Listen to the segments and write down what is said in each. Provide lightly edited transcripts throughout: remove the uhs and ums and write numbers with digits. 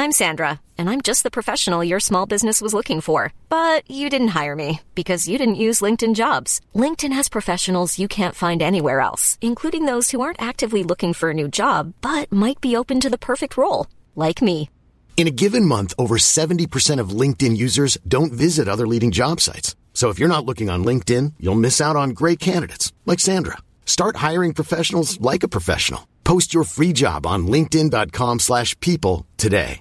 I'm Sandra, and I'm just the professional your small business was looking for. But you didn't hire me because you didn't use LinkedIn Jobs. LinkedIn has professionals you can't find anywhere else, including those who aren't actively looking for a new job, but might be open to the perfect role, like me. In a given month, over 70% of LinkedIn users don't visit other leading job sites. So if you're not looking on LinkedIn, you'll miss out on great candidates like Sandra. Start hiring professionals like a professional. Post your free job on linkedin.com/people today.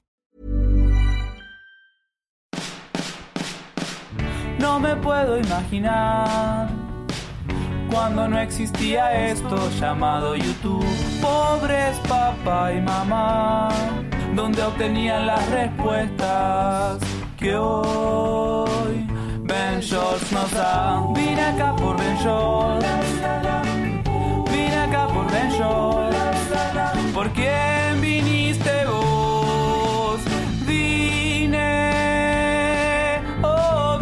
No me puedo imaginar cuando no existía esto llamado YouTube. Pobres papá y mamá, donde obtenían las respuestas que hoy Ben Shorts nos da. Vine acá por Ben Shorts, vine acá por Ben Shorts. ¿Por quién viniste vos? Vine, oh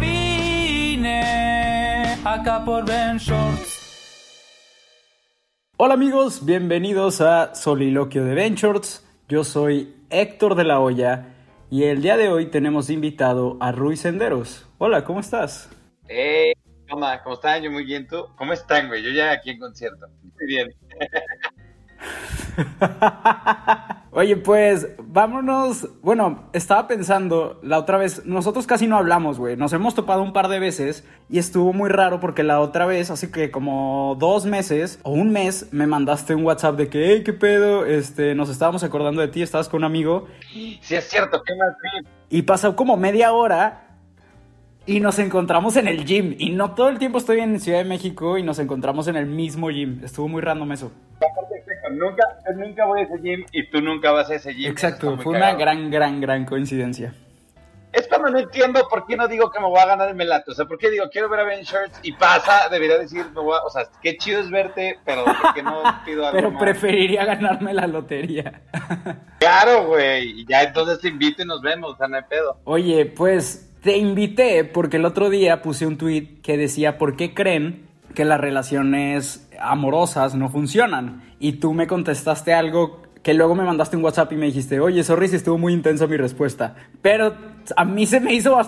vine acá por Ben Shorts. Hola amigos, bienvenidos a Soliloquio de Ben Shorts. Yo soy Héctor de la Hoya y el día de hoy tenemos invitado a Rui Senderos. Hola, ¿cómo estás? ¿Cómo están? Yo muy bien, ¿tú? ¿Cómo están, güey? Yo ya aquí en concierto. Muy bien. Oye, pues, vámonos. Bueno, estaba pensando, la otra vez, nosotros casi no hablamos, güey. Nos hemos topado un par de veces y estuvo muy raro porque la otra vez, hace que como 2 meses o un mes, me mandaste un WhatsApp de que, hey, ¿qué pedo? Nos estábamos acordando de ti, estabas con un amigo. Sí, es cierto, ¿qué más? Sí. Y pasó como media hora y nos encontramos en el gym. Y no todo el tiempo estoy en Ciudad de México y nos encontramos en el mismo gym. Estuvo muy random eso. Nunca voy a ese gym y tú nunca vas a ese gym. Exacto, fue una gran coincidencia. Es cuando no entiendo por qué no digo que me voy a ganar el Melato. O sea, por qué digo, quiero ver a Ben Shorts y pasa, debería decir, o sea, qué chido es verte, pero ¿por qué no pido algo Pero más? preferiría ganarme la lotería. Claro, güey, y ya entonces te invito y nos vemos, o sea, no hay pedo. Oye, pues te invité porque el otro día puse un tweet que decía, ¿por qué creen que las relaciones amorosas no funcionan? Y tú me contestaste algo que luego me mandaste un WhatsApp y me dijiste, oye, sorry si estuvo muy intensa mi respuesta. Pero a mí se me hizo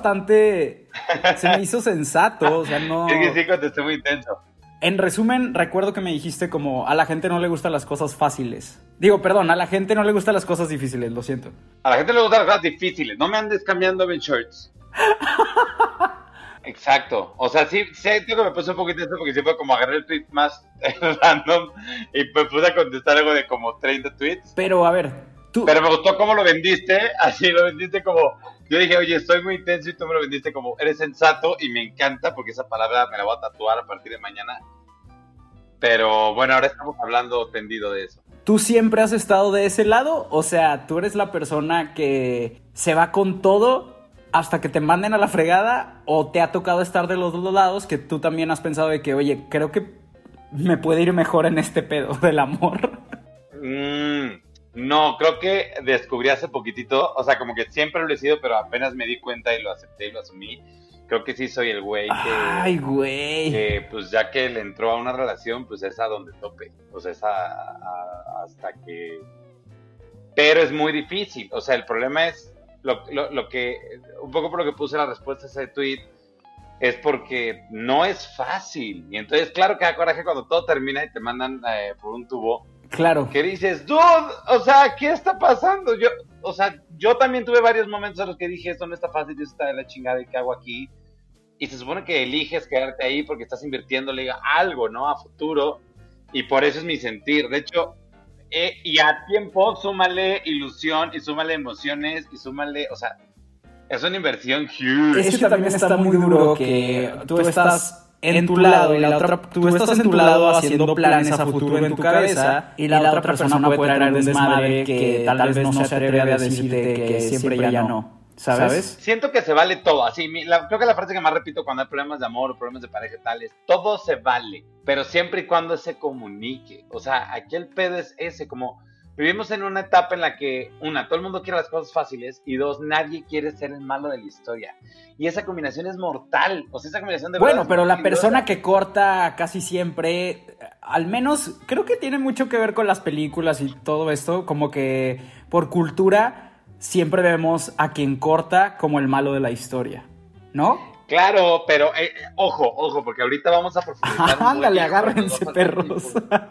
sensato, o sea, no... Sí, contesté muy intenso. En resumen, recuerdo que me dijiste como, a la gente no le gustan las cosas fáciles. A la gente no le gustan las cosas difíciles, lo siento. A la gente le gustan las cosas difíciles, no me andes cambiando Ben Shorts. Exacto, o sea, sí, creo que me puse un poquito eso porque siempre como agarré el tweet más random y me puse a contestar algo de como 30 tweets. Pero a ver, tú... Pero me gustó cómo lo vendiste, así lo vendiste como... Yo dije, oye, estoy muy intenso y tú me lo vendiste como, eres sensato y me encanta porque esa palabra me la voy a tatuar a partir de mañana. Pero bueno, ahora estamos hablando tendido de eso. ¿Tú siempre has estado de ese lado? O sea, ¿tú eres la persona que se va con todo hasta que te manden a la fregada? ¿O te ha tocado estar de los dos lados que tú también has pensado de que, oye, creo que me puede ir mejor en este pedo del amor? No, creo que descubrí hace poquitito, o sea, como que siempre lo he sido, pero apenas me di cuenta y lo acepté y lo asumí. Creo que sí soy el güey que... ¡Ay, güey! Que pues ya que le entró a una relación, pues es a donde tope. O sea, es hasta que... Pero es muy difícil. O sea, el problema es lo que... Un poco por lo que puse la respuesta a ese tweet, es porque no es fácil. Y entonces, claro que da coraje cuando todo termina y te mandan por un tubo. Claro. Que dices, dude, o sea, ¿qué está pasando? Yo también tuve varios momentos en los que dije, esto no está fácil, esto está de la chingada, ¿y qué hago aquí? Y se supone que eliges quedarte ahí porque estás invirtiéndole algo, ¿no? A futuro. Y por eso es mi sentir. De hecho, y a tiempo, súmale ilusión, y súmale emociones, y súmale, o sea, es una inversión huge. Es que también está muy duro que tú estás en tu lado y la otra, tú estás en tu lado haciendo planes a futuro en tu cabeza y la otra persona puede traer un desmadre que tal vez no se atreve a decirte que siempre ya no, ¿sabes? Siento que se vale todo, así, creo que la frase que más repito cuando hay problemas de amor o problemas de pareja y tal es, todo se vale, pero siempre y cuando se comunique, o sea, aquí el pedo es ese, como... Vivimos en una etapa en la que, una, todo el mundo quiere las cosas fáciles y dos, nadie quiere ser el malo de la historia. Y esa combinación es mortal. O sea, esa combinación de... Bueno, pero la persona que corta casi siempre, al menos, creo que tiene mucho que ver con las películas y todo esto, como que por cultura siempre vemos a quien corta como el malo de la historia, ¿no? Claro, pero ojo, porque ahorita vamos a profundizar. Ándale, agárrense, perros.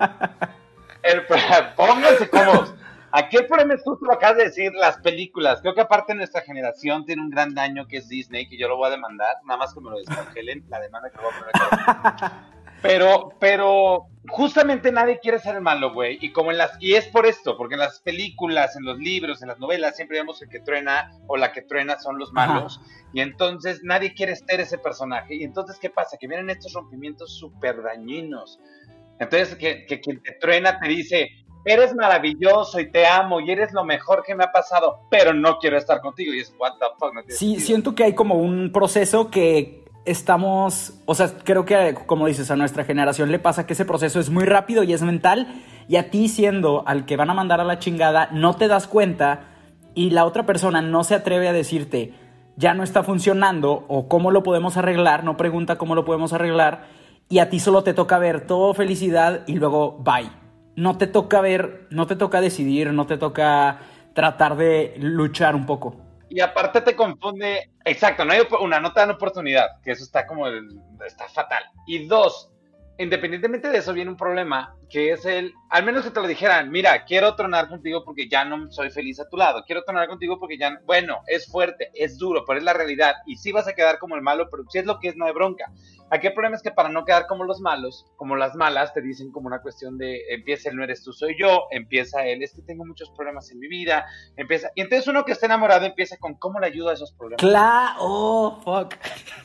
Pónganse cómodos. Aquí el problema es justo lo acabas de decir, las películas. Creo que aparte nuestra generación tiene un gran daño que es Disney, que yo lo voy a demandar, nada más que me lo descongelen, la demanda que voy a poner acá. Pero justamente nadie quiere ser el malo, güey. Y es por esto, porque en las películas, en los libros, en las novelas, siempre vemos el que truena o la que truena son los malos. Ajá. Y entonces nadie quiere ser ese personaje. Y entonces, ¿qué pasa? Que vienen estos rompimientos súper dañinos. Entonces, que quien te truena te dice, eres maravilloso y te amo y eres lo mejor que me ha pasado, pero no quiero estar contigo. Y es, what the fuck. No sí, sentido. Siento que hay como un proceso que estamos, o sea, creo que, como dices, a nuestra generación le pasa que ese proceso es muy rápido y es mental, y a ti, siendo al que van a mandar a la chingada, no te das cuenta y la otra persona no se atreve a decirte ya no está funcionando o cómo lo podemos arreglar, no pregunta cómo lo podemos arreglar, y a ti solo te toca ver todo felicidad y luego bye. No te toca ver, no te toca decidir, no te toca tratar de luchar un poco. Y aparte te confunde, exacto, no te dan oportunidad, que eso está está fatal. Y dos, independientemente de eso viene un problema, que es al menos que te lo dijeran, mira, quiero tronar contigo porque ya no soy feliz a tu lado, quiero tronar contigo porque ya, bueno, es fuerte, es duro, pero es la realidad, y sí vas a quedar como el malo, pero si es lo que es, no hay bronca. Aquí el problema es que para no quedar como los malos, como las malas, te dicen como una cuestión de, empieza el no eres tú, soy yo, empieza el, es que tengo muchos problemas en mi vida, y entonces uno que está enamorado empieza con cómo le ayuda a esos problemas. Claro, oh, fuck.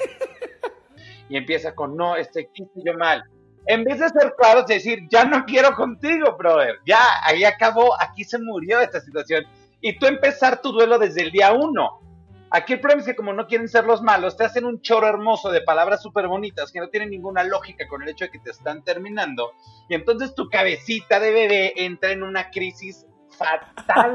Y empieza con, no, ¿qué hice yo mal? En vez de ser claros, de decir, ya no quiero contigo, brother, ya, ahí acabó, aquí se murió esta situación, y tú empezar tu duelo desde el día 1. Aquí el problema es que como no quieren ser los malos, te hacen un choro hermoso de palabras súper bonitas que no tienen ninguna lógica con el hecho de que te están terminando, y entonces tu cabecita de bebé entra en una crisis fatal.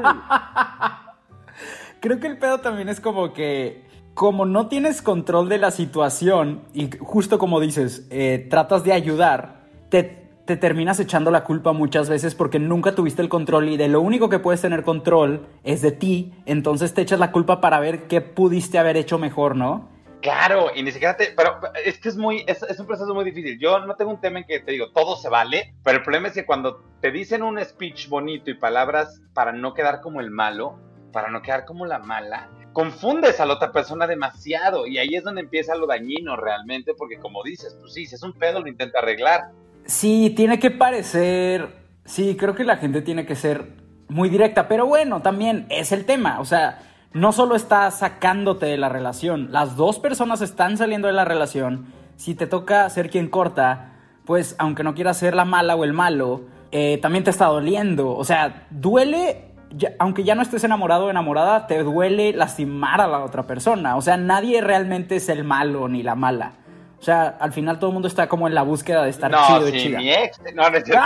Creo que el pedo también es como que, como no tienes control de la situación, y justo como dices, tratas de ayudar, te terminas echando la culpa muchas veces porque nunca tuviste el control, y de lo único que puedes tener control es de ti, entonces te echas la culpa para ver qué pudiste haber hecho mejor, ¿no? Claro, y ni siquiera pero es que es un proceso muy difícil. Yo no tengo un tema en que te digo, todo se vale, pero el problema es que cuando te dicen un speech bonito y palabras para no quedar como el malo, para no quedar como la mala, confundes a la otra persona demasiado, y ahí es donde empieza lo dañino realmente, porque como dices, pues sí, si es un pedo lo intenta arreglar. Sí, tiene que parecer, sí, creo que la gente tiene que ser muy directa, pero bueno, también es el tema, o sea, no solo está sacándote de la relación, las dos personas están saliendo de la relación. Si te toca ser quien corta, pues aunque no quieras ser la mala o el malo, también te está doliendo, o sea, duele. Aunque ya no estés enamorado o enamorada, te duele lastimar a la otra persona. O sea, nadie realmente es el malo ni la mala. O sea, al final todo el mundo está como en la búsqueda de estar chido y chida. Mi ex. No es cierto.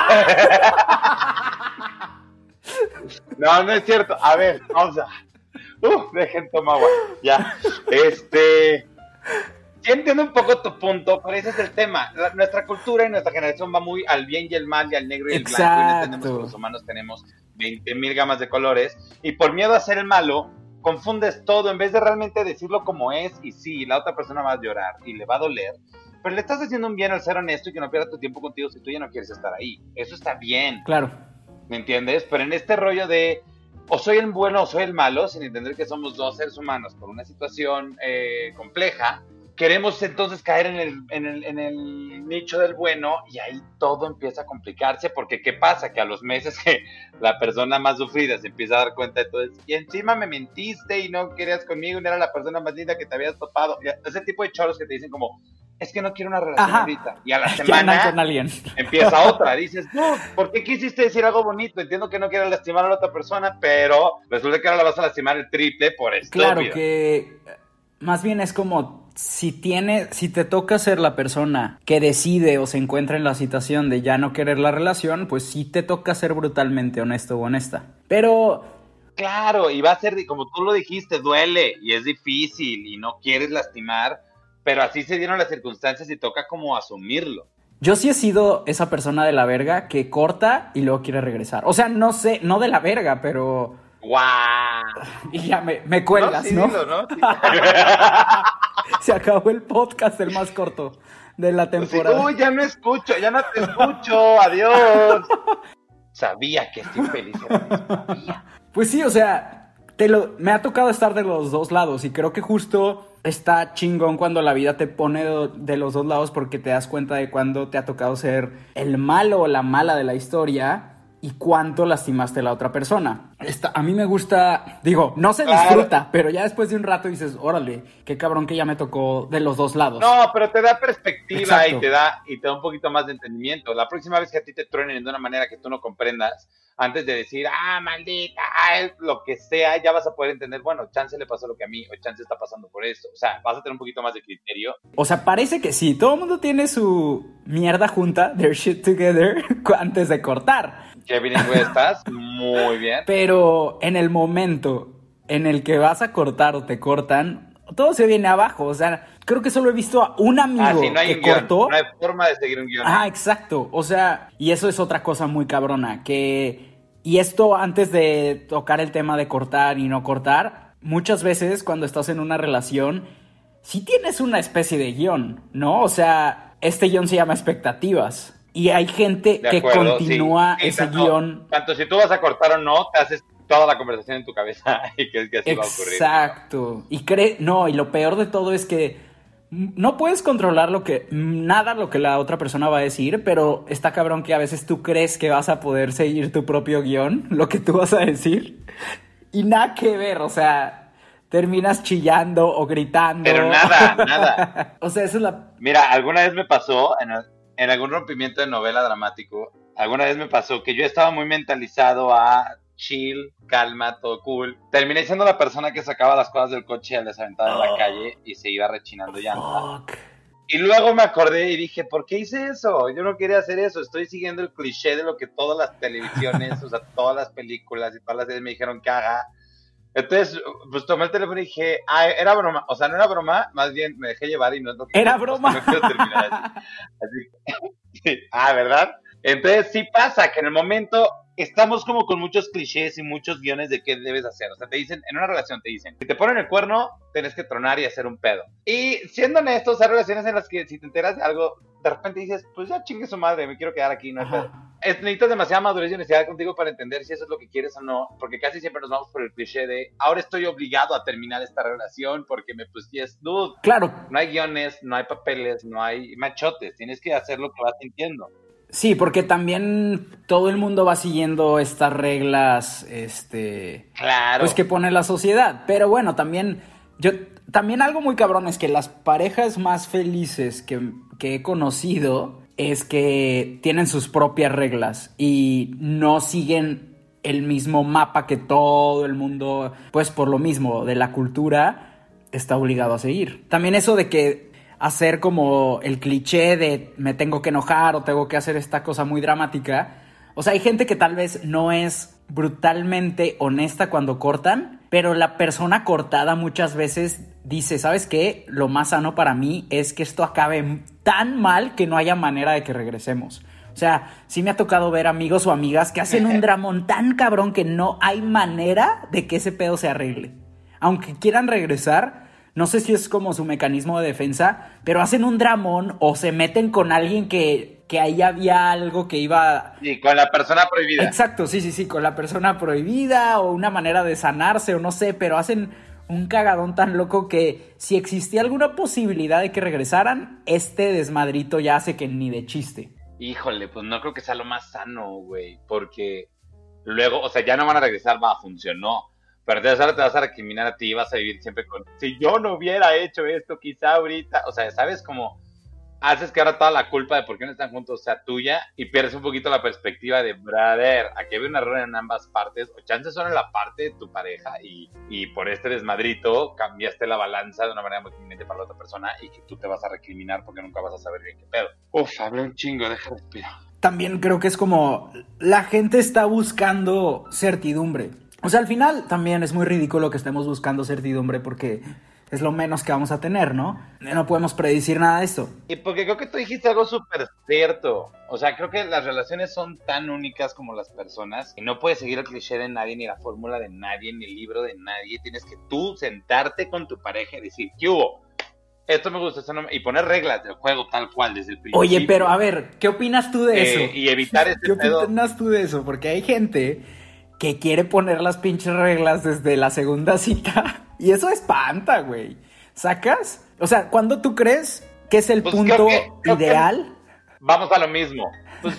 No es cierto. A ver, vamos a... dejen tomar agua. Ya. Sí entiendo un poco tu punto, pero ese es el tema. Nuestra cultura y nuestra generación va muy al bien y el mal, y al negro y el blanco. Y no entendemos que los humanos tenemos 20,000 gamas de colores, y por miedo a ser el malo, confundes todo en vez de realmente decirlo como es. Y sí, la otra persona va a llorar y le va a doler, pero le estás haciendo un bien al ser honesto y que no pierda tu tiempo contigo si tú ya no quieres estar ahí. Eso está bien. Claro. ¿Me entiendes? Pero en este rollo de o soy el bueno o soy el malo, sin entender que somos dos seres humanos por una situación compleja, queremos entonces caer en el nicho del bueno, y ahí todo empieza a complicarse, porque ¿qué pasa? Que a los meses que la persona más sufrida se empieza a dar cuenta de todo eso, y encima me mentiste y no querías conmigo, no era la persona más linda que te habías topado, ese tipo de choros que te dicen como, es que no quiero una relación ahorita, y a la semana con alguien. Empieza otra, dices, no, ¿por qué quisiste decir algo bonito? Entiendo que no quieras lastimar a la otra persona, pero resulta que ahora la vas a lastimar el triple por estúpido. Claro que más bien es como si te toca ser la persona que decide o se encuentra en la situación de ya no querer la relación, pues sí te toca ser brutalmente honesto o honesta. Pero claro, y va a ser, como tú lo dijiste, duele y es difícil y no quieres lastimar, pero así se dieron las circunstancias y toca como asumirlo. Yo sí he sido esa persona de la verga que corta y luego quiere regresar. O sea, no sé, no de la verga, pero ¡Guau! Y ya me cuelgas, sí, ¿no? dilo, ¿no? Sí. Se acabó el podcast, el más corto de la temporada. Uy, ya no te escucho, adiós. Sabía que estoy feliz. Sabía. Pues sí, o sea, me ha tocado estar de los dos lados y creo que justo está chingón cuando la vida te pone de los dos lados porque te das cuenta de cuándo te ha tocado ser el malo o la mala de la historia y cuánto lastimaste a la otra persona. A mí me gusta, digo, no se disfruta, pero ya después de un rato dices, órale, qué cabrón que ya me tocó de los dos lados. No, pero te da perspectiva. Exacto. y te da un poquito más de entendimiento. La próxima vez que a ti te truenen de una manera que tú no comprendas, antes de decir, maldita, lo que sea, ya vas a poder entender, bueno, chance le pasó lo que a mí, o chance está pasando por esto. O sea, vas a tener un poquito más de criterio. O sea, parece que sí, todo el mundo tiene su mierda junta, their shit together, antes de cortar. Qué bilingüe estás, muy bien. Pero en el momento en el que vas a cortar o te cortan, todo se viene abajo. O sea, creo que solo he visto a un amigo sí, no hay que un guión, cortó. no hay forma de seguir un guión. Exacto. O sea, y eso es otra cosa muy cabrona. Y esto antes de tocar el tema de cortar y no cortar, muchas veces cuando estás en una relación, sí tienes una especie de guión, ¿no? O sea, este guión se llama expectativas. Y hay gente que continúa ese guión. Tanto si tú vas a cortar o no, te haces toda la conversación en tu cabeza y crees que así va a ocurrir. Exacto. Y lo peor de todo es que no puedes controlar lo que la otra persona va a decir, pero está cabrón que a veces tú crees que vas a poder seguir tu propio guión, lo que tú vas a decir, y nada que ver, o sea, terminas chillando o gritando. Pero nada. O sea, esa es la... Mira, alguna vez me pasó en algún rompimiento de novela dramático, alguna vez me pasó que yo estaba muy mentalizado a chill, calma, todo cool. Terminé siendo la persona que sacaba las cosas del coche y las aventaba en la calle y se iba rechinando llanta. Y luego me acordé y dije, ¿por qué hice eso? Yo no quería hacer eso. Estoy siguiendo el cliché de lo que todas las televisiones, o sea, todas las películas y todas las series me dijeron que haga. Entonces, pues tomé el teléfono y dije, era broma. O sea, no era broma, más bien me dejé llevar y no es lo que... Era broma. No quiero terminar así. ¿Verdad? Entonces sí pasa que en el momento estamos como con muchos clichés y muchos guiones de qué debes hacer. O sea, te dicen, en una relación te dicen, si te ponen el cuerno, tienes que tronar y hacer un pedo. Y siendo honestos, hay relaciones en las que si te enteras de algo, de repente dices, pues ya chingue su madre, me quiero quedar aquí, no hay pedo. Necesitas demasiada madurez y honestidad contigo para entender si eso es lo que quieres o no, porque casi siempre nos vamos por el cliché de, ahora estoy obligado a terminar esta relación porque me pusiste dude. Claro. No hay guiones, no hay papeles, no hay machotes, tienes que hacer lo que vas sintiendo. Sí, porque también todo el mundo va siguiendo estas reglas, claro, pues que pone la sociedad. Pero bueno, también algo muy cabrón es que las parejas más felices que he conocido es que tienen sus propias reglas y no siguen el mismo mapa que todo el mundo, pues por lo mismo de la cultura, está obligado a seguir. También eso de que hacer como el cliché de me tengo que enojar o tengo que hacer esta cosa muy dramática. O sea, hay gente que tal vez no es brutalmente honesta cuando cortan, pero la persona cortada muchas veces dice, ¿sabes qué? Lo más sano para mí es que esto acabe tan mal que no haya manera de que regresemos. O sea, sí me ha tocado ver amigos o amigas que hacen un dramón tan cabrón que no hay manera de que ese pedo se arregle. Aunque quieran regresar, no sé si es como su mecanismo de defensa, pero hacen un dramón o se meten con alguien que ahí había algo que iba... Sí, con la persona prohibida. Exacto, sí, con la persona prohibida o una manera de sanarse o no sé, pero hacen un cagadón tan loco que si existía alguna posibilidad de que regresaran, este desmadrito ya hace que ni de chiste. Híjole, pues no creo que sea lo más sano, güey, porque luego, o sea, ya no van a regresar, funcionó. Pero entonces ahora te vas a recriminar a ti y vas a vivir siempre con, si yo no hubiera hecho esto, quizá ahorita, o sea, ¿sabes? Como haces que ahora toda la culpa de por qué no están juntos sea tuya y pierdes un poquito la perspectiva de, brother, aquí hay un error en ambas partes, o chances son en la parte de tu pareja y por este desmadrito cambiaste la balanza de una manera muy conveniente para la otra persona y que tú te vas a recriminar porque nunca vas a saber bien qué pedo. Hablé un chingo, deja respirar. También creo que es como, la gente está buscando certidumbre. O sea, al final también es muy ridículo que estemos buscando certidumbre porque es lo menos que vamos a tener, ¿no? No podemos predecir nada de esto. Y porque creo que tú dijiste algo súper cierto. O sea, creo que las relaciones son tan únicas como las personas y no puedes seguir el cliché de nadie, ni la fórmula de nadie, ni el libro de nadie. Tienes que tú sentarte con tu pareja y decir, ¿qué hubo? Esto me gusta, esto no me... Y poner reglas del juego tal cual desde el principio. Oye, pero a ver, ¿qué opinas tú de eso? Y evitar ¿Qué opinas tú de eso? Porque hay gente que quiere poner las pinches reglas desde la segunda cita y eso espanta, güey. ¿Sacas? O sea, ¿cuándo tú crees que es el punto ideal? Vamos a lo mismo.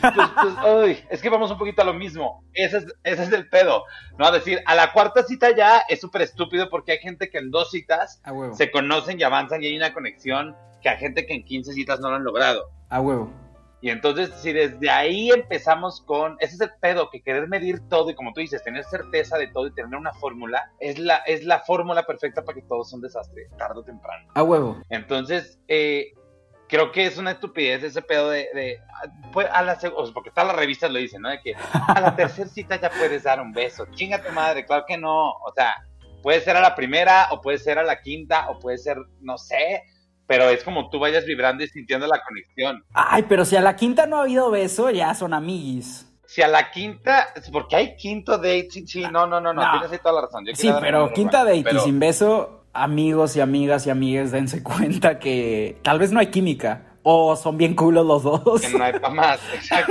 Uy, es que vamos un poquito a lo mismo. Ese es el pedo. No, a decir, a la cuarta cita ya es súper estúpido porque hay gente que en 2 citas se conocen y avanzan y hay una conexión que hay gente que en 15 citas no lo han logrado. A huevo. Y entonces, si desde ahí empezamos con... Ese es el pedo, que querer medir todo y como tú dices, tener certeza de todo y tener una fórmula, es la fórmula perfecta para que todo sea un desastre, tarde o temprano. A huevo. Entonces, creo que es una estupidez ese pedo pues, porque todas las revistas lo dicen, ¿no? De que a la tercera cita ya puedes dar un beso. Chinga tu madre, claro que no. O sea, puede ser a la primera, o puede ser a la quinta, o puede ser, no sé... Pero es como tú vayas vibrando y sintiendo la conexión. Ay, pero si a la quinta no ha habido beso, ya son amiguis. Si a la quinta, porque hay quinto date, sí, no, tienes ahí toda la razón. Sí, pero quinta date y sin beso, amigos y amigas y amigues, dense cuenta que tal vez no hay química. O son bien culos los dos. Que no hay pa' más, exacto.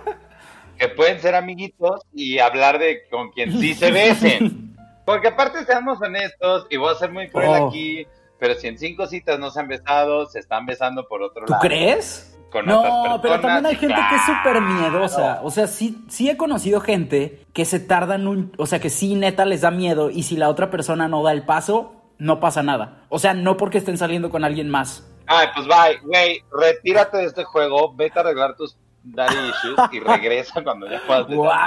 Que pueden ser amiguitos y hablar de con quien sí se besen. Porque aparte, seamos honestos, y voy a ser muy cruel aquí... Pero si en 5 citas no se han besado, se están besando por otro lado. ¿Tú crees? Con otras personas. No, pero también hay gente que es súper miedosa. O sea, sí he conocido gente que se tardan o sea, que sí neta les da miedo y si la otra persona no da el paso, no pasa nada. O sea, no porque estén saliendo con alguien más. Ay, pues bye, güey, retírate de este juego, vete a arreglar tus daddy issues y regresa cuando ya puedas.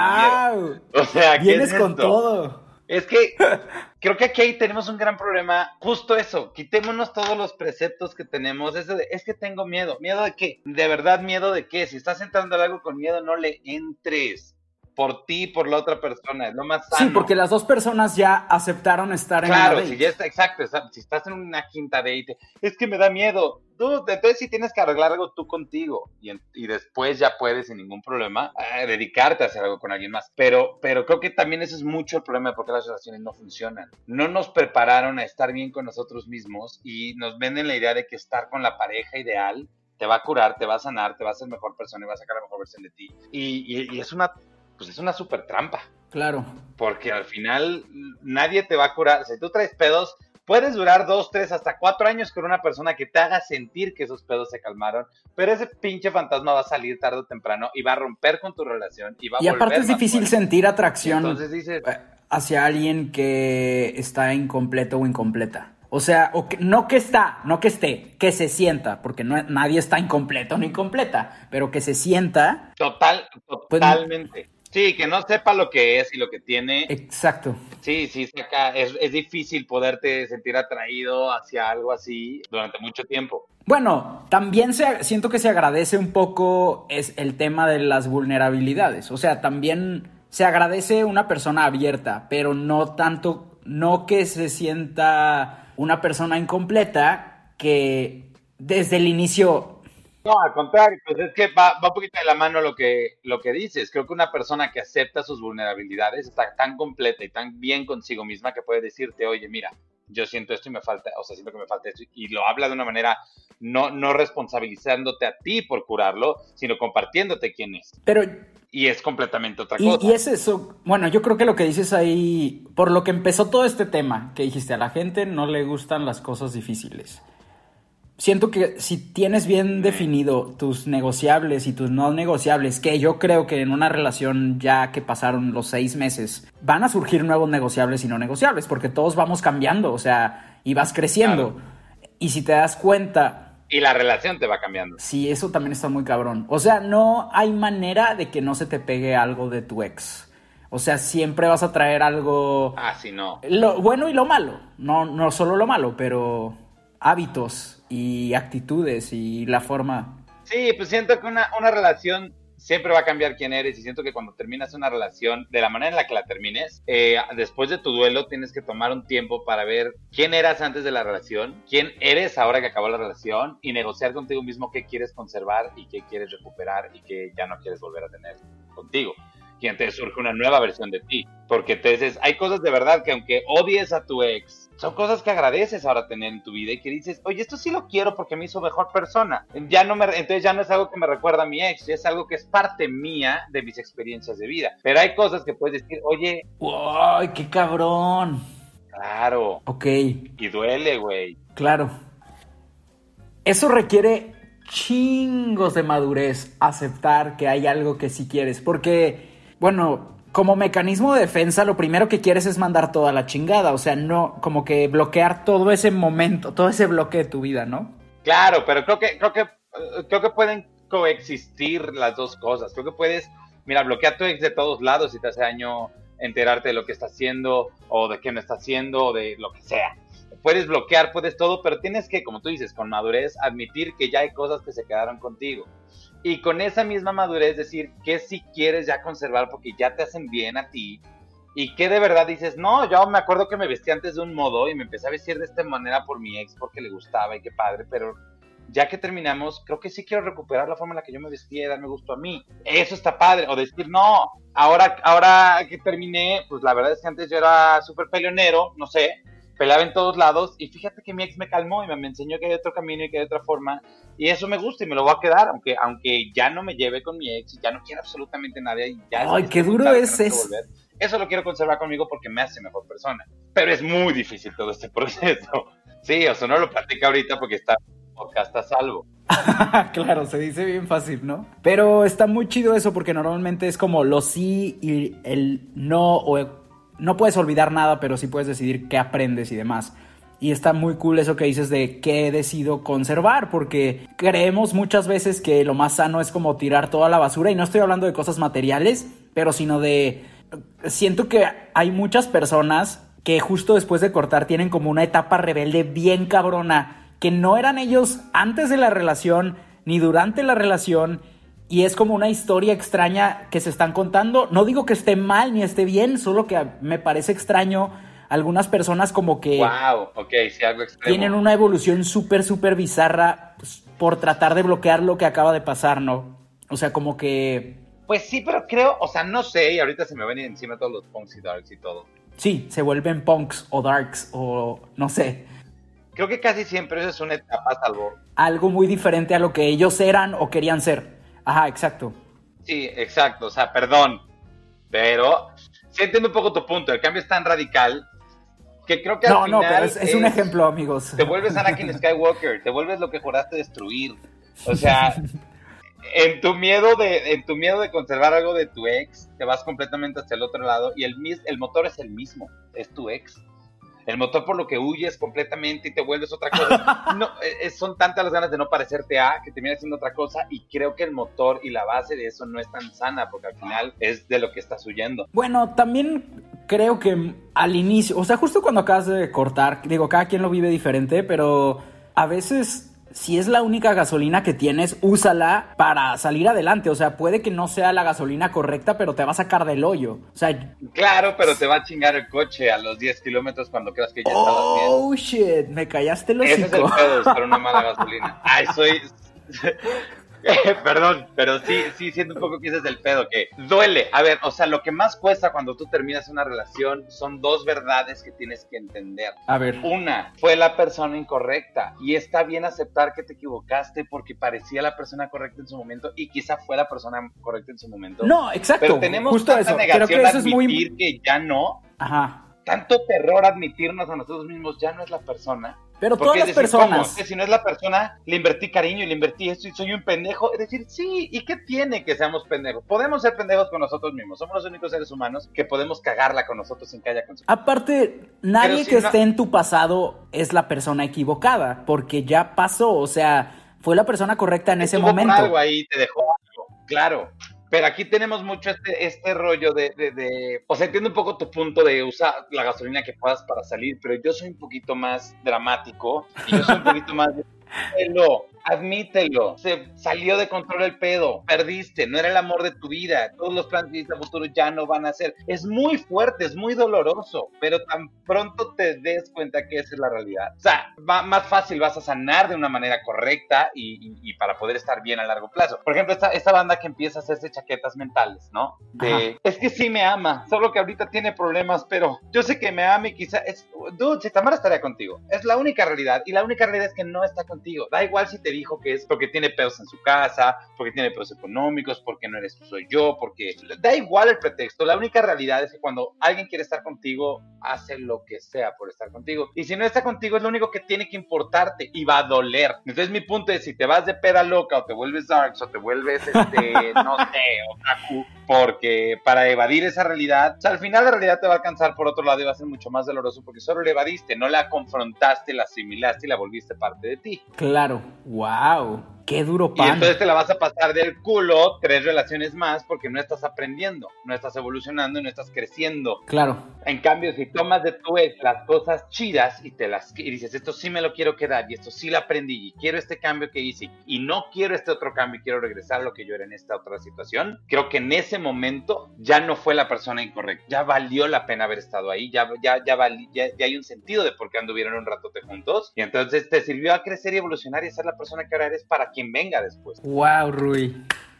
¡Wow! O sea, ¿qué vienes es con esto? Todo. Es que creo que aquí tenemos un gran problema, justo eso, quitémonos todos los preceptos que tenemos, es que tengo miedo, ¿miedo de qué? De verdad, ¿miedo de qué? Si estás entrando en algo con miedo, no le entres, por ti y por la otra persona, es lo más sano. Sí, porque las dos personas ya aceptaron estar en una date. Claro, si ya está, exacto, si estás en una quinta date, es que me da miedo. Tú, entonces sí tienes que arreglar algo tú contigo y después ya puedes sin ningún problema dedicarte a hacer algo con alguien más. Pero creo que también ese es mucho el problema de por qué las relaciones no funcionan. No nos prepararon a estar bien con nosotros mismos y nos venden la idea de que estar con la pareja ideal te va a curar, te va a sanar, te va a hacer mejor persona y va a sacar la mejor versión de ti. Y es una súper trampa. Claro. Porque al final nadie te va a curar. Si tú traes pedos, puedes durar 2, 3, hasta 4 años con una persona que te haga sentir que esos pedos se calmaron, pero ese pinche fantasma va a salir tarde o temprano y va a romper con tu relación y va a volver aparte es difícil fuerte. sentir atracción entonces dices, hacia alguien que está incompleto o incompleta. O sea, no que esté, que se sienta, porque nadie está incompleto ni incompleta, pero que se sienta. Totalmente. Sí, que no sepa lo que es y lo que tiene. Exacto. Sí, es difícil poderte sentir atraído hacia algo así durante mucho tiempo. Bueno, también siento que se agradece un poco el tema de las vulnerabilidades. O sea, también se agradece una persona abierta, pero no tanto, no que se sienta una persona incompleta que desde el inicio... No, al contrario, pues es que va un poquito de la mano lo que dices. Creo que una persona que acepta sus vulnerabilidades está tan completa y tan bien consigo misma que puede decirte, oye, mira, yo siento esto y me falta, o sea, siento que me falta esto, y lo habla de una manera no responsabilizándote a ti por curarlo, sino compartiéndote quién es. Y es completamente otra cosa. Y es eso, bueno, yo creo que lo que dices ahí, por lo que empezó todo este tema, que dijiste, a la gente no le gustan las cosas difíciles. Siento que si tienes bien definido tus negociables y tus no negociables, que yo creo que en una relación ya que pasaron los 6 meses, van a surgir nuevos negociables y no negociables, porque todos vamos cambiando, o sea, y vas creciendo. Claro. Y si te das cuenta... Y la relación te va cambiando. Sí, eso también está muy cabrón. O sea, no hay manera de que no se te pegue algo de tu ex. O sea, siempre vas a traer algo... Ah, sí, no. Lo bueno y lo malo. No solo lo malo, pero hábitos y actitudes y la forma... Sí, pues siento que una relación siempre va a cambiar quién eres y siento que cuando terminas una relación, de la manera en la que la termines, después de tu duelo tienes que tomar un tiempo para ver quién eras antes de la relación, quién eres ahora que acabó la relación y negociar contigo mismo qué quieres conservar y qué quieres recuperar y qué ya no quieres volver a tener contigo. Y entonces surge una nueva versión de ti, porque entonces hay cosas de verdad que aunque odies a tu ex, son cosas que agradeces ahora tener en tu vida y que dices, oye, esto sí lo quiero porque me hizo mejor persona. Entonces ya no es algo que me recuerda a mi ex, es algo que es parte mía de mis experiencias de vida. Pero hay cosas que puedes decir, oye, ¡ay, qué cabrón! Claro. Ok. Y duele, güey. Claro. Eso requiere chingos de madurez, aceptar que hay algo que sí quieres, porque... Bueno, como mecanismo de defensa, lo primero que quieres es mandar toda la chingada. O sea, no, como que bloquear todo ese momento, todo ese bloque de tu vida, ¿no? Claro, pero creo que pueden coexistir las dos cosas. Creo que puedes, mira, bloquear tu ex de todos lados si te hace daño enterarte de lo que está haciendo, o de qué no está haciendo, o de lo que sea. Puedes bloquear, puedes todo, pero tienes que, como tú dices, con madurez, admitir que ya hay cosas que se quedaron contigo. Y con esa misma madurez decir que sí quieres ya conservar porque ya te hacen bien a ti. Y que de verdad dices, no, yo me acuerdo que me vestía antes de un modo y me empecé a vestir de esta manera por mi ex porque le gustaba y qué padre, pero ya que terminamos, creo que sí quiero recuperar la forma en la que yo me vestía y darme gusto a mí. Eso está padre. O decir, no, ahora que terminé, pues la verdad es que antes yo era súper peleonero, no sé, peleaba en todos lados y fíjate que mi ex me calmó y me enseñó que hay otro camino y que hay otra forma y eso me gusta y me lo voy a quedar aunque ya no me lleve con mi ex y ya no quiero absolutamente nadie y ya ay, qué duro es eso. Eso lo quiero conservar conmigo porque me hace mejor persona, pero es muy difícil todo este proceso. Sí, o sea, no lo platica ahorita porque está podcast a salvo. Claro, se dice bien fácil, ¿no? Pero está muy chido eso porque normalmente es como lo sí y el no, o no puedes olvidar nada, pero sí puedes decidir qué aprendes y demás. Y está muy cool eso que dices de qué decido conservar, porque creemos muchas veces que lo más sano es como tirar toda la basura, y no estoy hablando de cosas materiales, pero sino de... Siento que hay muchas personas que justo después de cortar tienen como una etapa rebelde bien cabrona, que no eran ellos antes de la relación ni durante la relación, y es como una historia extraña que se están contando. No digo que esté mal ni esté bien, solo que me parece extraño algunas personas como que... Wow, ok, sí, algo extremo. Tienen una evolución súper, súper bizarra, pues, por tratar de bloquear lo que acaba de pasar, ¿no? O sea, como que... Pues sí, pero creo, o sea, no sé, y ahorita se me ven encima todos los punks y darks y todo. Sí, se vuelven punks o darks o no sé. Creo que casi siempre eso es una etapa, salvo... Algo muy diferente a lo que ellos eran o querían ser. Ajá, exacto. Sí, exacto, o sea, perdón, pero sí entiendo un poco tu punto, el cambio es tan radical que creo que al final... No, pero es un ejemplo, amigos. Te vuelves Anakin Skywalker, te vuelves lo que juraste destruir, o sea, en tu miedo de conservar algo de tu ex, te vas completamente hacia el otro lado y el motor es el mismo, es tu ex. El motor por lo que huyes completamente y te vuelves otra cosa. No, son tantas las ganas de no parecerte a que terminas siendo otra cosa y creo que el motor y la base de eso no es tan sana porque al final es de lo que estás huyendo. Bueno, también creo que al inicio, o sea, justo cuando acabas de cortar, digo, cada quien lo vive diferente, pero a veces... Si es la única gasolina que tienes, úsala para salir adelante. O sea, puede que no sea la gasolina correcta, pero te va a sacar del hoyo. O sea... Claro, pero te va a chingar el coche a los 10 kilómetros cuando creas que ya estabas bien. Oh, shit, me callaste el hocico. Ese es el pedo de usar una mala gasolina. Ay, soy... Perdón, pero sí siento un poco que ese es el pedo, que duele. A ver, o sea, lo que más cuesta cuando tú terminas una relación son dos verdades que tienes que entender. A ver. Una, fue la persona incorrecta y está bien aceptar que te equivocaste porque parecía la persona correcta en su momento y quizá fue la persona correcta en su momento. No, exacto. Pero tenemos justo tanta eso. negación Creo que eso a admitir es muy... que ya no. Ajá. Tanto terror admitirnos a nosotros mismos, ya no es la persona. Pero porque todas las personas... ¿cómo? Que si no es la persona, le invertí cariño y le invertí esto y soy un pendejo. Es decir, sí, ¿y qué tiene que seamos pendejos? Podemos ser pendejos con nosotros mismos. Somos los únicos seres humanos que podemos cagarla con nosotros sin que haya consecuencias. Aparte, nadie si que no... esté en tu pasado es la persona equivocada, porque ya pasó, o sea, fue la persona correcta en ese momento. Algo ahí te dejó algo, claro. Pero aquí tenemos mucho este rollo de... O sea, entiendo un poco tu punto de usar la gasolina que puedas para salir, pero yo soy un poquito más dramático y yo soy un poquito más de... Admítelo, se salió de control el pedo, perdiste, no era el amor de tu vida, todos los planes que hiciste a futuro ya no van a ser. Es muy fuerte, es muy doloroso, pero tan pronto te des cuenta que esa es la realidad. O sea, más fácil vas a sanar de una manera correcta y para poder estar bien a largo plazo. Por ejemplo, esta banda que empieza a hacerse chaquetas mentales, ¿no? Es que sí me ama, solo que ahorita tiene problemas, pero yo sé que me ama y quizá dude, si te amara estaría contigo. Es la única realidad, y la única realidad es que no está contigo. Da igual si te dijo que es porque tiene pedos en su casa, porque tiene pedos económicos, porque no eres tú, soy yo, porque... Da igual el pretexto, la única realidad es que cuando alguien quiere estar contigo, hace lo que sea por estar contigo. Y si no está contigo, es lo único que tiene que importarte y va a doler. Entonces mi punto es, si te vas de peda loca o te vuelves darks o te vuelves, no sé, otaku, porque para evadir esa realidad, o sea, al final la realidad te va a alcanzar por otro lado y va a ser mucho más doloroso porque solo la evadiste, no la confrontaste, la asimilaste y la volviste parte de ti. Claro, wow. Qué duro pan. Y entonces te la vas a pasar del culo 3 relaciones más porque no estás aprendiendo, no estás evolucionando y no estás creciendo. Claro. En cambio, si tomas de tu ex las cosas chidas y dices, esto sí me lo quiero quedar y esto sí lo aprendí y quiero este cambio que hice y no quiero este otro cambio y quiero regresar a lo que yo era en esta otra situación, creo que en ese momento ya no fue la persona incorrecta, ya valió la pena haber estado ahí, ya hay un sentido de por qué anduvieron un ratote juntos y entonces te sirvió a crecer y evolucionar y ser la persona que ahora eres para quien venga después. Wow, Rui.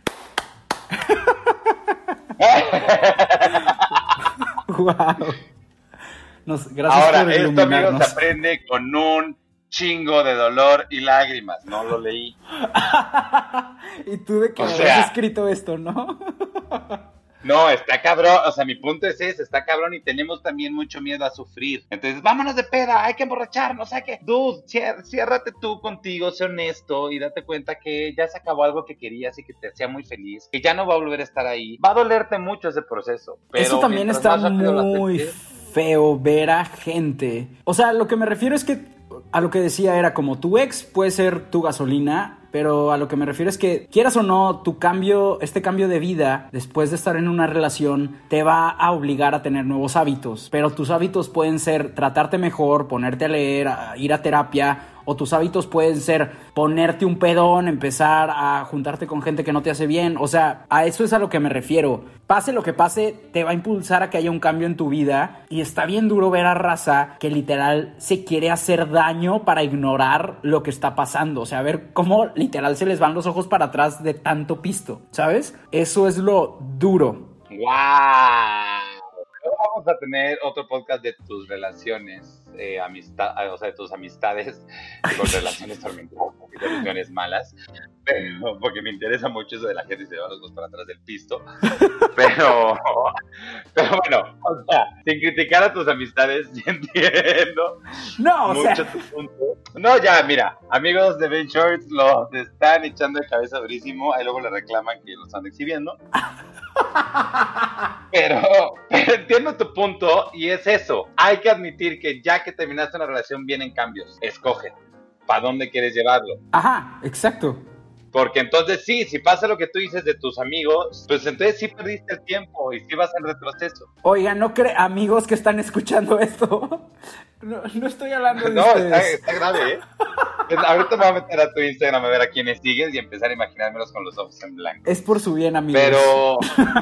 Wow. Gracias ahora, por esto, amigos, se iluminarnos. aprende con un chingo de dolor y lágrimas. No lo leí. Y tú de que O has sea, escrito esto, ¿no? No, está cabrón, o sea, mi punto es ese, está cabrón y tenemos también mucho miedo a sufrir. Entonces, vámonos de peda, hay que emborracharnos, hay que... Dude, ciérrate tú contigo, sé honesto y date cuenta que ya se acabó algo que querías y que te hacía muy feliz, que ya no va a volver a estar ahí. Va a dolerte mucho ese proceso, pero... Eso también está muy feo ver a gente. O sea, lo que me refiero es que a lo que decía era como tu ex puede ser tu gasolina, pero a lo que me refiero es que quieras o no, este cambio de vida después de estar en una relación te va a obligar a tener nuevos hábitos, pero tus hábitos pueden ser tratarte mejor, ponerte a leer, ir a terapia, o tus hábitos pueden ser ponerte un pedón, empezar a juntarte con gente que no te hace bien. O sea, a eso es a lo que me refiero. Pase lo que pase, te va a impulsar a que haya un cambio en tu vida. Y está bien duro ver a raza que literal se quiere hacer daño para ignorar lo que está pasando. O sea, ver cómo literal se les van los ojos para atrás de tanto pisto, ¿sabes? Eso es lo duro. ¡Guau! Vamos a tener otro podcast de tus relaciones, o sea, de tus amistades con relaciones tormentosas y relaciones malas, pero, porque me interesa mucho eso de la gente que se lleva los dos para atrás del pisto, pero bueno, o sea, sin criticar a tus amistades, sí entiendo mucho tu punto. No, ya, mira, amigos de Ben Shorts los están echando de cabeza durísimo, ahí luego le reclaman que los están exhibiendo. Pero entiendo tu punto y es eso. Hay que admitir que ya que terminaste una relación vienen cambios. Escoge para dónde quieres llevarlo. Ajá, exacto. Porque entonces sí, si pasa lo que tú dices de tus amigos, pues entonces sí perdiste el tiempo y sí vas en retroceso. Oigan, amigos que están escuchando esto, no estoy hablando de no, ustedes. está grave, ¿eh? Ahorita me voy a meter a tu Instagram a ver a quiénes sigues y empezar a imaginármelos con los ojos en blanco. Es por su bien, amigos. Pero...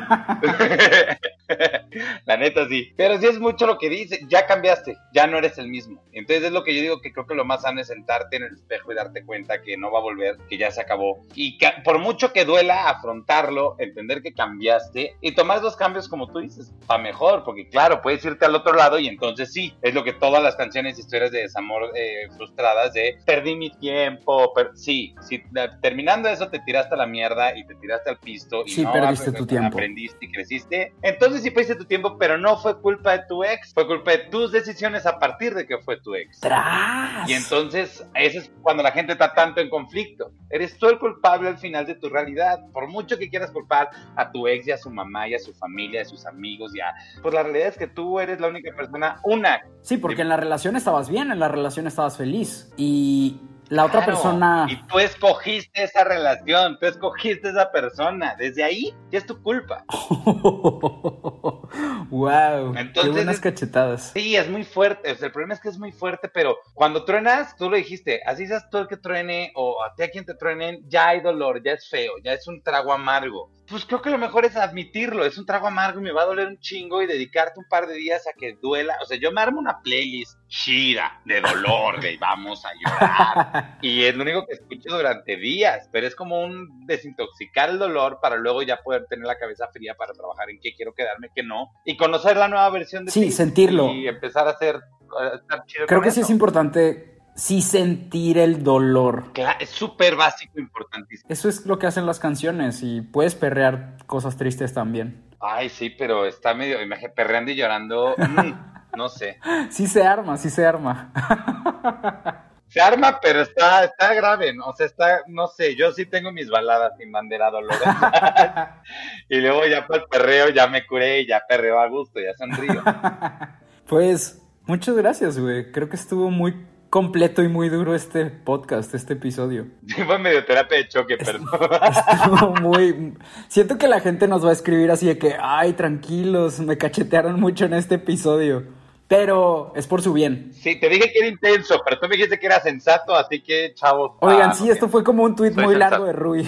la neta sí. Pero sí es mucho lo que dice. Ya cambiaste, ya no eres el mismo. Entonces es lo que yo digo, que creo que lo más sano es sentarte en el espejo y darte cuenta que no va a volver, que ya se acabó. Y que por mucho que duela afrontarlo, entender que cambiaste y tomar los cambios como tú dices, para mejor. Porque claro, puedes irte al otro lado y entonces sí, es lo que todas las canciones y historias de desamor frustradas de perdí mi tiempo, sí, terminando eso te tiraste a la mierda y te tiraste al pisto y sí, no perdiste tu tiempo. Aprendiste y creciste, entonces sí perdiste tu tiempo, pero no fue culpa de tu ex, fue culpa de tus decisiones a partir de que fue tu ex. ¡Tras! Y entonces eso es cuando la gente está tanto en conflicto, eres tú el culpable al final de tu realidad, por mucho que quieras culpar a tu ex y a su mamá y a su familia, a sus amigos, ya, pues la realidad es que tú eres la única persona, Sí, porque en la relación estabas bien, en la relación estabas feliz y la otra Claro, persona... Y tú escogiste esa relación, tú escogiste esa persona. Desde ahí ya es tu culpa. Wow, qué Entonces, buenas cachetadas. Sí, es muy fuerte. O sea, el problema es que es muy fuerte, pero cuando truenas, tú lo dijiste, así seas tú el que truene o a ti a quien te truenen, ya hay dolor, ya es feo, ya es un trago amargo. Pues creo que lo mejor es admitirlo, es un trago amargo y me va a doler un chingo y dedicarte un par de días a que duela. O sea, yo me armo una playlist chida de dolor, de vamos a llorar. Y es lo único que escucho durante días, pero es como un desintoxicar el dolor para luego ya poder tener la cabeza fría para trabajar en qué quiero quedarme, qué no, y conocer la nueva versión de Sí, ti. sentirlo. Y empezar a estar chido Creo con que sí eso. es importante sí sentir el dolor. Claro, es súper básico, importantísimo. Eso es lo que hacen las canciones y puedes perrear cosas tristes también. Ay, sí, pero está medio, imagínate, perreando y llorando, no sé. Sí se arma, sí se arma. Se arma, pero está grave, ¿no? O sea, no sé, yo sí tengo mis baladas sin bandera dolorosa. Y luego ya para el perreo ya me curé y ya perreo a gusto, ya sonrío. Pues, muchas gracias, güey. Creo que estuvo muy completo y muy duro este podcast, este episodio. Sí, fue medio terapia de choque, perdón. Estuvo muy... Siento que la gente nos va a escribir así de que, ay, tranquilos, me cachetearon mucho en este episodio. Pero es por su bien. Sí, te dije que era intenso, pero tú me dijiste que era sensato, así que, chavos. Oigan, sí, esto fue como un tuit Soy muy sensato. largo de Rui.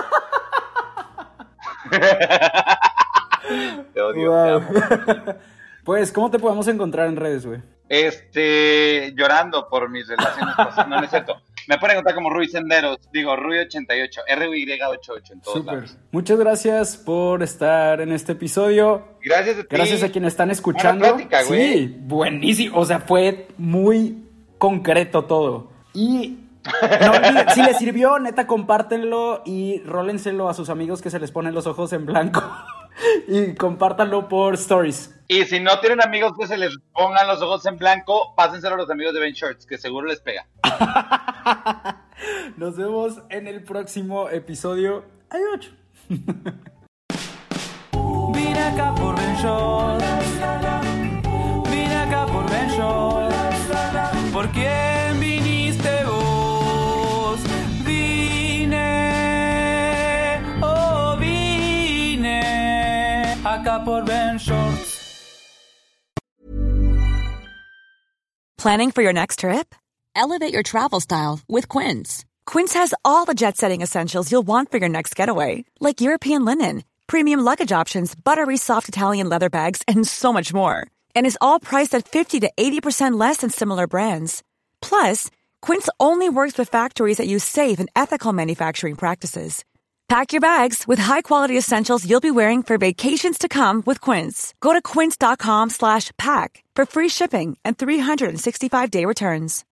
Te odio, Wow. te amo. Pues, ¿cómo te podemos encontrar en redes, güey? Llorando por mis relaciones pasadas. No, no es cierto. Me pueden encontrar como Rui Senderos, digo Rui88, RUY88 en todos Súper. lados. Muchas gracias por estar en este episodio. Gracias a ti. Gracias a quienes están escuchando. Buena plática, güey. Sí, buenísimo. O sea, fue muy concreto todo. Y no olviden, si les sirvió, neta, compártenlo y rólenselo a sus amigos que se les ponen los ojos en blanco. Y compártanlo por stories. Y si no tienen amigos que se les pongan los ojos en blanco, pásenselo a los amigos de Ben Shorts, que seguro les pega. Nos vemos en el próximo episodio. Adiós. Vine acá por Ben Shorts. Vine acá por Ben Shorts. ¿Por quién viniste vos? Vine acá por Ben Shorts. Planning for your next trip? Elevate your travel style with Quince. Quince has all the jet-setting essentials you'll want for your next getaway, like European linen, premium luggage options, buttery soft Italian leather bags, and so much more. And is all priced at 50 to 80% less than similar brands. Plus, Quince only works with factories that use safe and ethical manufacturing practices. Pack your bags with high-quality essentials you'll be wearing for vacations to come with Quince. Go to quince.com/pack for free shipping and 365-day returns.